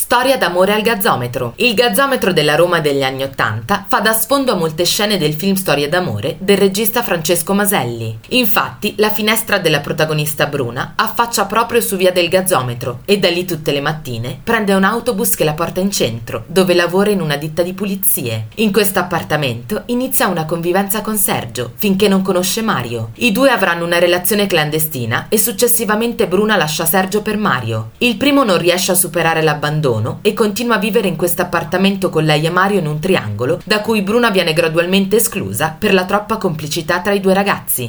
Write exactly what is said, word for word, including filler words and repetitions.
Storia d'amore al gazzometro. Il gazzometro della Roma degli anni Ottanta fa da sfondo a molte scene del film Storia d'amore del regista Francesco Maselli. Infatti, la finestra della protagonista Bruna affaccia proprio su via del gazzometro e da lì tutte le mattine prende un autobus che la porta in centro, dove lavora in una ditta di pulizie. In questo appartamento inizia una convivenza con Sergio, finché non conosce Mario. I due avranno una relazione clandestina e successivamente Bruna lascia Sergio per Mario. Il primo non riesce a superare l'abbandono e continua a vivere in questo appartamento con lei e Mario in un triangolo, da cui Bruna viene gradualmente esclusa per la troppa complicità tra i due ragazzi.